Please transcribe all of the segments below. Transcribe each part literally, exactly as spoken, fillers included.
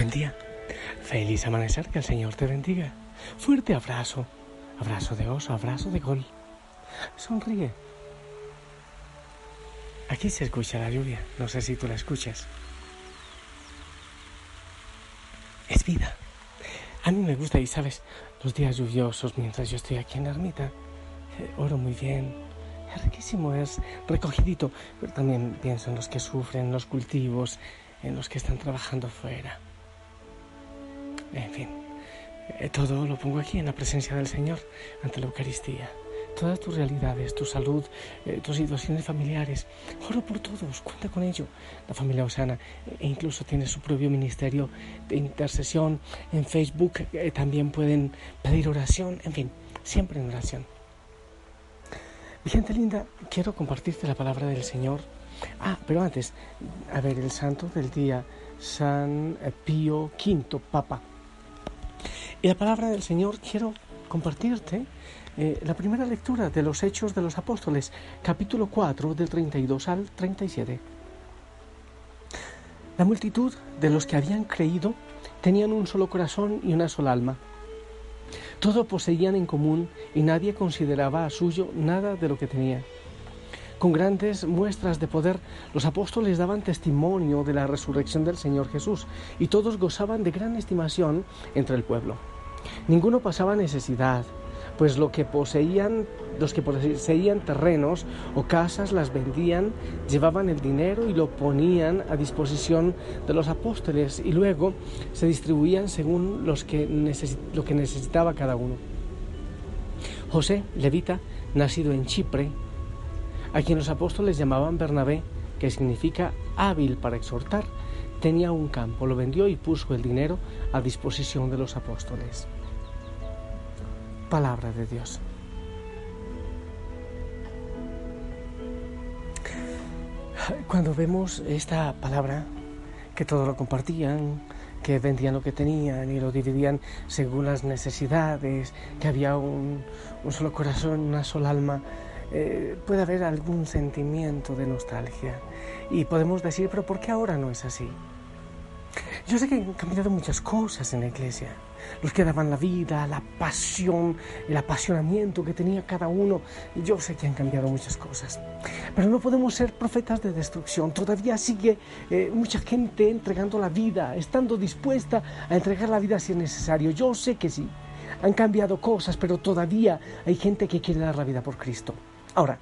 Buen día, feliz amanecer, que el Señor te bendiga. Fuerte abrazo, abrazo de oso, abrazo de gol. Sonríe. Aquí se escucha la lluvia, no sé si tú la escuchas. Es vida. A mí me gusta, y sabes, los días lluviosos mientras yo estoy aquí en la ermita, eh, oro muy bien. Es riquísimo, es recogidito, pero también pienso en los que sufren, en los cultivos, en los que están trabajando fuera. En fin, eh, todo lo pongo aquí en la presencia del Señor, ante la Eucaristía. Todas tus realidades, tu salud, eh, tus situaciones familiares. Oro por todos, cuenta con ello. La familia Osana e incluso tiene su propio ministerio de intercesión en Facebook. Eh, también pueden pedir oración, en fin, siempre en oración. Mi gente linda, quiero compartirte la palabra del Señor. Ah, pero antes, a ver, el santo del día, San Pío quinto, Papa. Y la palabra del Señor quiero compartirte eh, la primera lectura de los Hechos de los Apóstoles, capítulo cuatro, del treinta y dos al treinta y siete. La multitud de los que habían creído tenían un solo corazón y una sola alma. Todo poseían en común y nadie consideraba a suyo nada de lo que tenía. Con grandes muestras de poder, los apóstoles daban testimonio de la resurrección del Señor Jesús y todos gozaban de gran estimación entre el pueblo. Ninguno pasaba necesidad, pues lo que poseían, los que poseían terrenos o casas las vendían, llevaban el dinero y lo ponían a disposición de los apóstoles y luego se distribuían según los que necesi- lo que necesitaba cada uno. José, levita, nacido en Chipre, a quien los apóstoles llamaban Bernabé, que significa hábil para exhortar, tenía un campo, lo vendió y puso el dinero a disposición de los apóstoles. Palabra de Dios. Cuando vemos esta palabra, que todo lo compartían, que vendían lo que tenían y lo dividían según las necesidades, que había un, un solo corazón, una sola alma, eh, puede haber algún sentimiento de nostalgia. Y podemos decir, pero ¿por qué ahora no es así? Yo sé que han cambiado muchas cosas en la iglesia. Los que daban la vida, la pasión, el apasionamiento que tenía cada uno. Yo sé que han cambiado muchas cosas. Pero no podemos ser profetas de destrucción. Todavía sigue eh, mucha gente entregando la vida, estando dispuesta a entregar la vida si es necesario. Yo sé que sí. Han cambiado cosas, pero todavía hay gente que quiere dar la vida por Cristo. Ahora,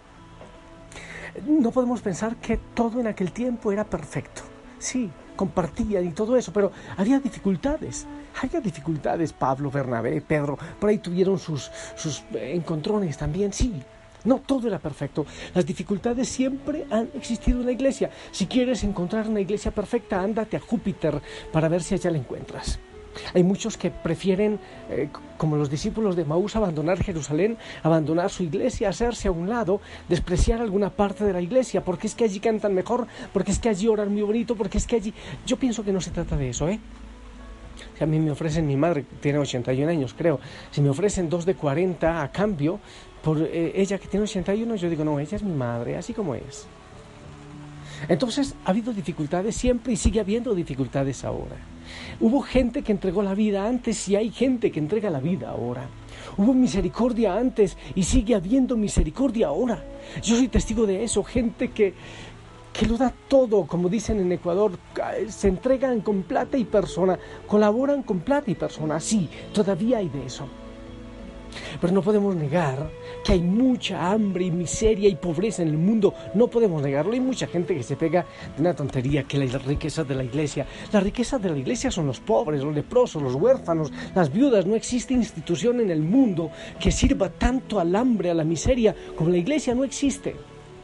no podemos pensar que todo en aquel tiempo era perfecto. Sí, compartían y todo eso, pero había dificultades. Había dificultades, Pablo, Bernabé, Pedro, por ahí tuvieron sus, sus encontrones también, sí. No todo era perfecto. Las dificultades siempre han existido en la iglesia. Si quieres encontrar una iglesia perfecta, ándate a Júpiter para ver si allá la encuentras. Hay muchos que prefieren, eh, como los discípulos de Maús, abandonar Jerusalén, abandonar su iglesia, hacerse a un lado, despreciar alguna parte de la iglesia, porque es que allí cantan mejor, porque es que allí oran muy bonito, porque es que allí... Yo pienso que no se trata de eso, ¿eh? Si a mí me ofrecen, mi madre tiene ochenta y un años, creo, si me ofrecen dos de cuarenta a cambio, por eh, ella que tiene ochenta y uno, yo digo, no, ella es mi madre, así como es. Entonces, ha habido dificultades siempre y sigue habiendo dificultades ahora. Hubo gente que entregó la vida antes y hay gente que entrega la vida ahora. Hubo misericordia antes y sigue habiendo misericordia ahora. Yo soy testigo de eso, gente que, que lo da todo, como dicen en Ecuador, se entregan con plata y persona, colaboran con plata y persona, sí, todavía hay de eso. Pero no podemos negar que hay mucha hambre y miseria y pobreza en el mundo. No podemos negarlo. Hay mucha gente que se pega de una tontería, que la riqueza de la iglesia. La riqueza de la iglesia son los pobres, los leprosos, los huérfanos, las viudas. No existe institución en el mundo que sirva tanto al hambre, a la miseria, como la iglesia. No existe.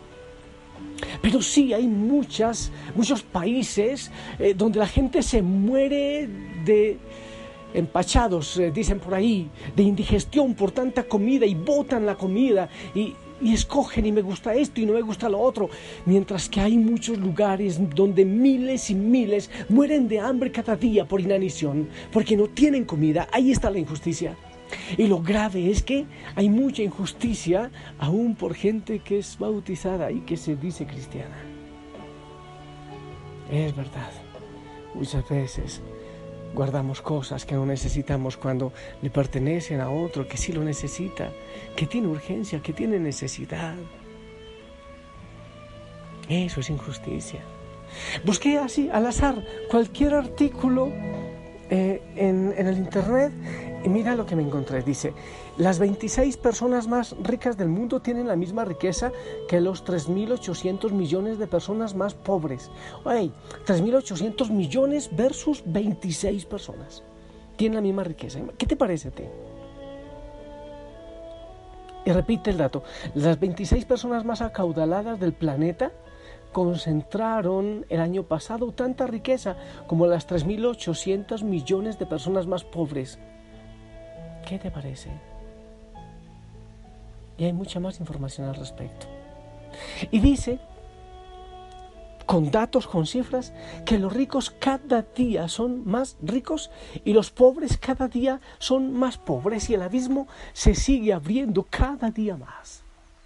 Pero sí hay muchas, muchos países eh, donde la gente se muere de... empachados, eh, dicen por ahí, de indigestión por tanta comida y botan la comida y, y escogen y me gusta esto y no me gusta lo otro, mientras que hay muchos lugares donde miles y miles mueren de hambre cada día por inanición, porque no tienen comida. Ahí está la injusticia. Y lo grave es que hay mucha injusticia aún por gente que es bautizada y que se dice cristiana. Es verdad, muchas veces guardamos cosas que no necesitamos cuando le pertenecen a otro que sí lo necesita, que tiene urgencia, que tiene necesidad. Eso es injusticia. Busqué así al azar cualquier artículo eh, en, en el internet y mira lo que me encontré. Dice, las veintiséis personas más ricas del mundo tienen la misma riqueza que los tres mil ochocientos millones de personas más pobres. Oye, tres mil ochocientos millones versus veintiséis personas tienen la misma riqueza. ¿Qué te parece a ti? Y repite el dato, las veintiséis personas más acaudaladas del planeta concentraron el año pasado tanta riqueza como las tres mil ochocientos millones de personas más pobres. ¿Qué te parece? Y hay mucha más información al respecto. Y dice, con datos, con cifras, que los ricos cada día son más ricos y los pobres cada día son más pobres y el abismo se sigue abriendo cada día más.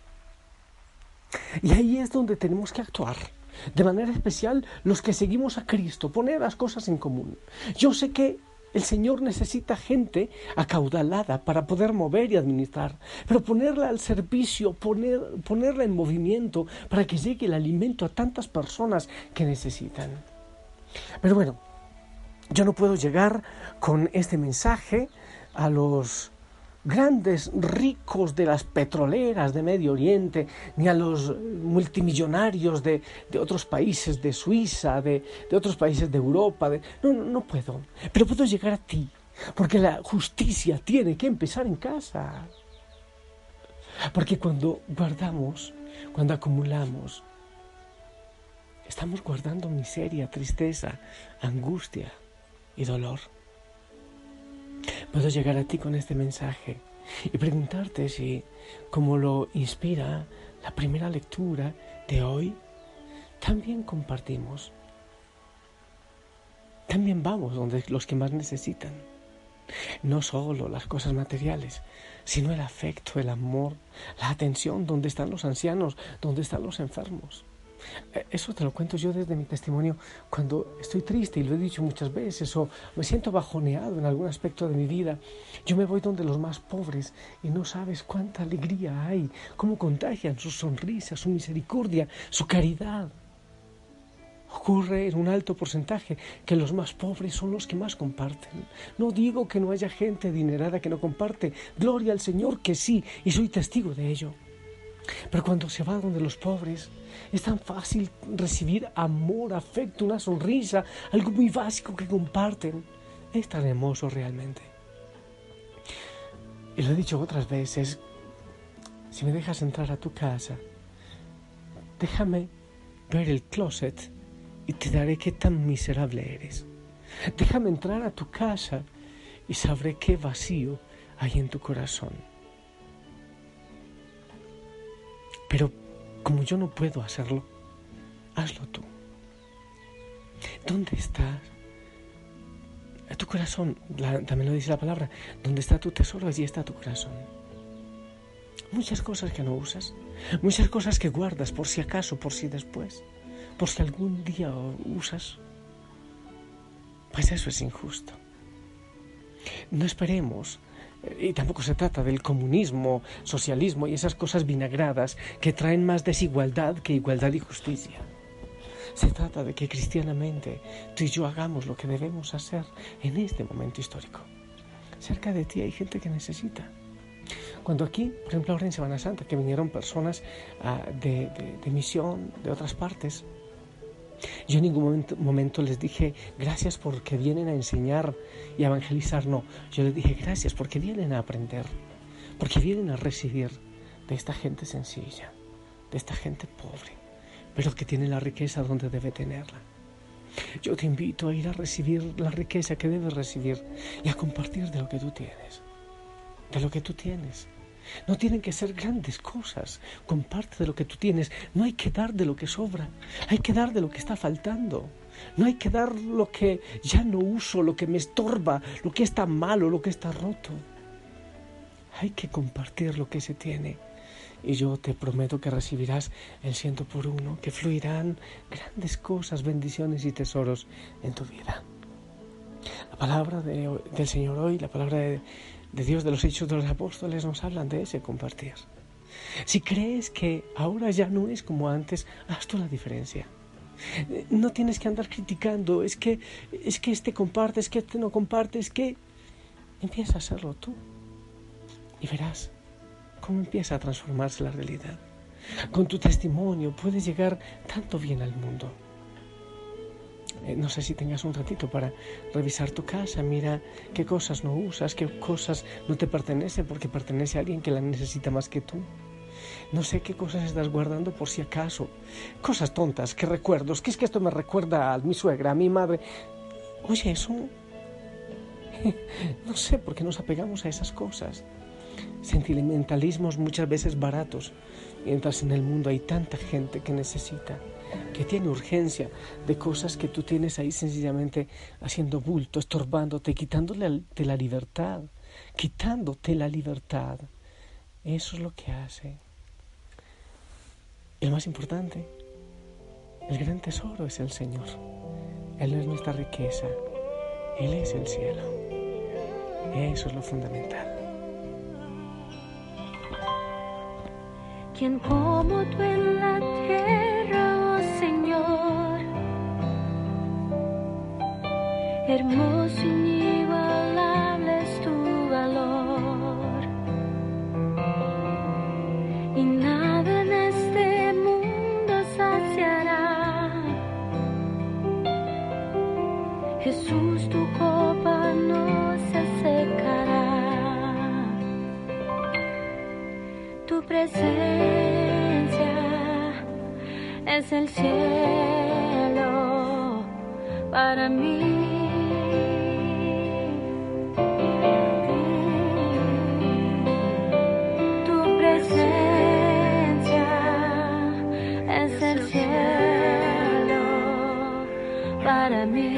Y ahí es donde tenemos que actuar, de manera especial los que seguimos a Cristo, poner las cosas en común. Yo sé que el Señor necesita gente acaudalada para poder mover y administrar, pero ponerla al servicio, poner, ponerla en movimiento para que llegue el alimento a tantas personas que necesitan. Pero bueno, yo no puedo llegar con este mensaje a los grandes ricos de las petroleras de Medio Oriente, ni a los multimillonarios de, de otros países, de Suiza, de, de otros países de Europa. De... No, no, no puedo, pero puedo llegar a ti, porque la justicia tiene que empezar en casa. Porque cuando guardamos, cuando acumulamos, estamos guardando miseria, tristeza, angustia y dolor. Puedo llegar a ti con este mensaje y preguntarte si, como lo inspira la primera lectura de hoy, también compartimos. También vamos donde los que más necesitan. No solo las cosas materiales, sino el afecto, el amor, la atención, donde están los ancianos, donde están los enfermos. Eso te lo cuento yo desde mi testimonio cuando estoy triste, y lo he dicho muchas veces, o me siento bajoneado en algún aspecto de mi vida. Yo me voy donde los más pobres y no sabes cuánta alegría hay, cómo contagian su sonrisa, su misericordia, su caridad. Ocurre en un alto porcentaje que los más pobres son los que más comparten. No digo que no haya gente adinerada que no comparte, gloria al Señor que sí, y soy testigo de ello. Pero cuando se va donde los pobres, es tan fácil recibir amor, afecto, una sonrisa, algo muy básico que comparten. Es tan hermoso realmente. Y lo he dicho otras veces, si me dejas entrar a tu casa, déjame ver el closet y te daré qué tan miserable eres. Déjame entrar a tu casa y sabré qué vacío hay en tu corazón. Pero como yo no puedo hacerlo, hazlo tú. ¿Dónde estás? Tu corazón, la, también lo dice la palabra, donde está tu tesoro, allí está tu corazón. Muchas cosas que no usas, muchas cosas que guardas por si acaso, por si después, por si algún día usas. Pues eso es injusto. No esperemos. Y tampoco se trata del comunismo, socialismo y esas cosas vinagradas que traen más desigualdad que igualdad y justicia. Se trata de que cristianamente tú y yo hagamos lo que debemos hacer en este momento histórico. Cerca de ti hay gente que necesita. Cuando aquí, por ejemplo ahora en Semana Santa, que vinieron personas uh, de, de, de misión de otras partes, yo en ningún momento, momento les dije gracias porque vienen a enseñar y a evangelizar, no. Yo les dije gracias porque vienen a aprender, porque vienen a recibir de esta gente sencilla, de esta gente pobre, pero que tiene la riqueza donde debe tenerla. Yo te invito a ir a recibir la riqueza que debes recibir y a compartir de lo que tú tienes, de lo que tú tienes. No tienen que ser grandes cosas. Comparte de lo que tú tienes. No hay que dar de lo que sobra. Hay que dar de lo que está faltando. No hay que dar lo que ya no uso, lo que me estorba, lo que está malo, lo que está roto. Hay que compartir lo que se tiene. Y yo te prometo que recibirás el ciento por uno, que fluirán grandes cosas, bendiciones y tesoros en tu vida. La palabra de, del Señor hoy, la palabra de, de Dios, de los Hechos de los Apóstoles, nos hablan de ese compartir. Si crees que ahora ya no es como antes, haz tú la diferencia. No tienes que andar criticando, es que, es que este comparte, es que este no comparte, es que... Empieza a hacerlo tú y verás cómo empieza a transformarse la realidad. Con tu testimonio puedes llegar tanto bien al mundo. Eh, no sé si tengas un ratito para revisar tu casa, mira qué cosas no usas, qué cosas no te pertenecen porque pertenece a alguien que la necesita más que tú. No sé qué cosas estás guardando por si acaso. Cosas tontas, qué recuerdos, que es que esto me recuerda a mi suegra, a mi madre. Oye, eso... No sé por qué nos apegamos a esas cosas. Sentimentalismos muchas veces baratos, mientras en el mundo hay tanta gente que necesita, que tiene urgencia de cosas que tú tienes ahí sencillamente haciendo bulto, estorbándote, quitándole de la libertad, quitándote la libertad. Eso es lo que hace. Y lo más importante, el gran tesoro es el Señor. Él es nuestra riqueza, Él es el cielo. Eso es lo fundamental. ¿Quién como tú en la tierra, oh Señor? Hermoso, inigualable es tu valor. Y nada en este mundo saciará. Jesús, tu copa no se secará. Tu presencia es el cielo para mí. Tu presencia es el cielo para mí.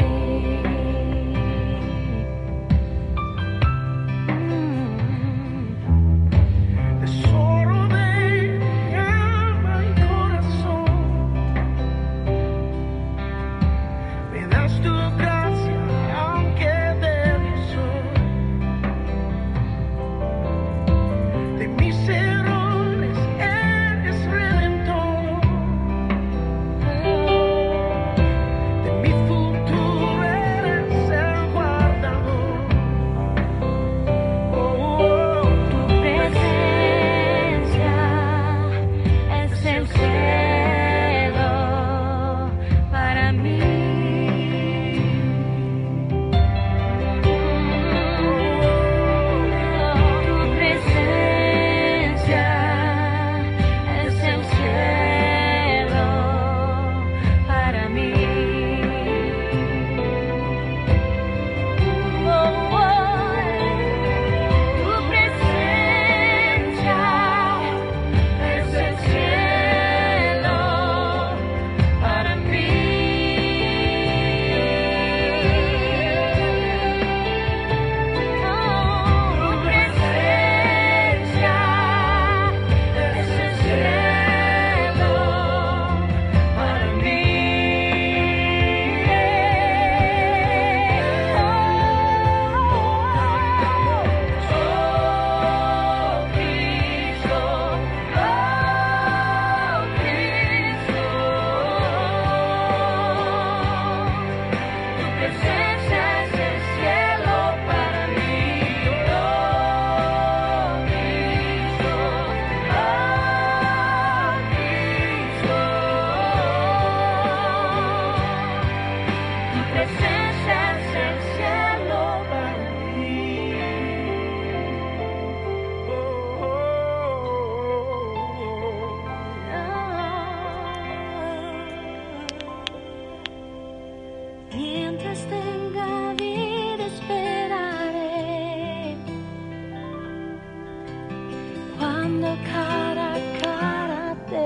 Cara a cara te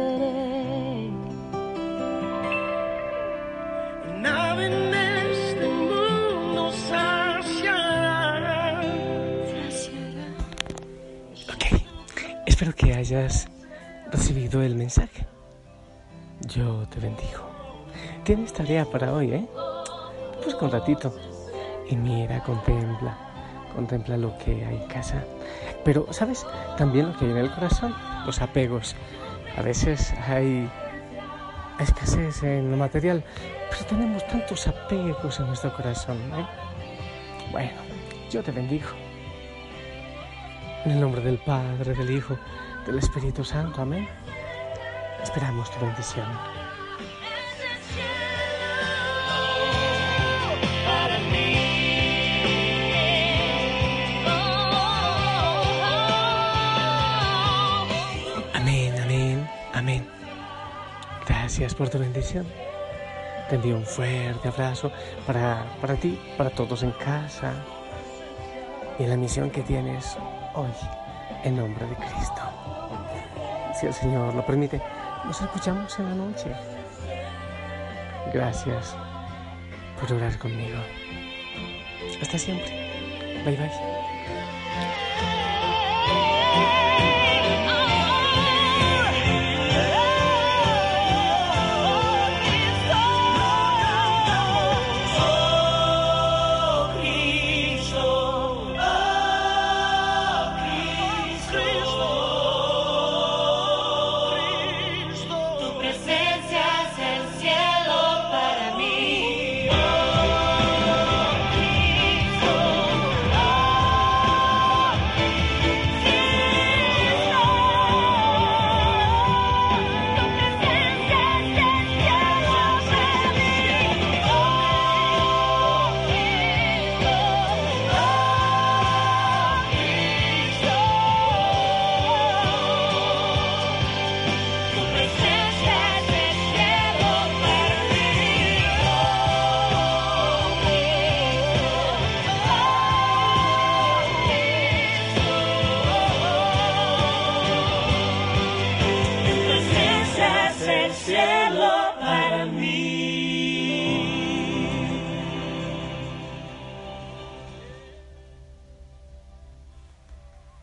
veré. Nada en este mundo saciará. Ok, espero que hayas recibido el mensaje. Yo te bendigo. Tienes tarea para hoy, ¿eh? Pues con ratito. y mira, contempla, contempla lo que hay en casa. Pero, ¿sabes? También lo que hay en el corazón, los apegos. A veces hay escasez en lo material, pero tenemos tantos apegos en nuestro corazón, ¿eh? Bueno, yo te bendigo. En el nombre del Padre, del Hijo, del Espíritu Santo. Amén. Esperamos tu bendición. Amén, amén, amén. Gracias por tu bendición. Te envío un fuerte abrazo para, para ti, para todos en casa y en la misión que tienes hoy, en nombre de Cristo. Si el Señor lo permite, nos escuchamos en la noche. Gracias por orar conmigo. Hasta siempre. Bye bye.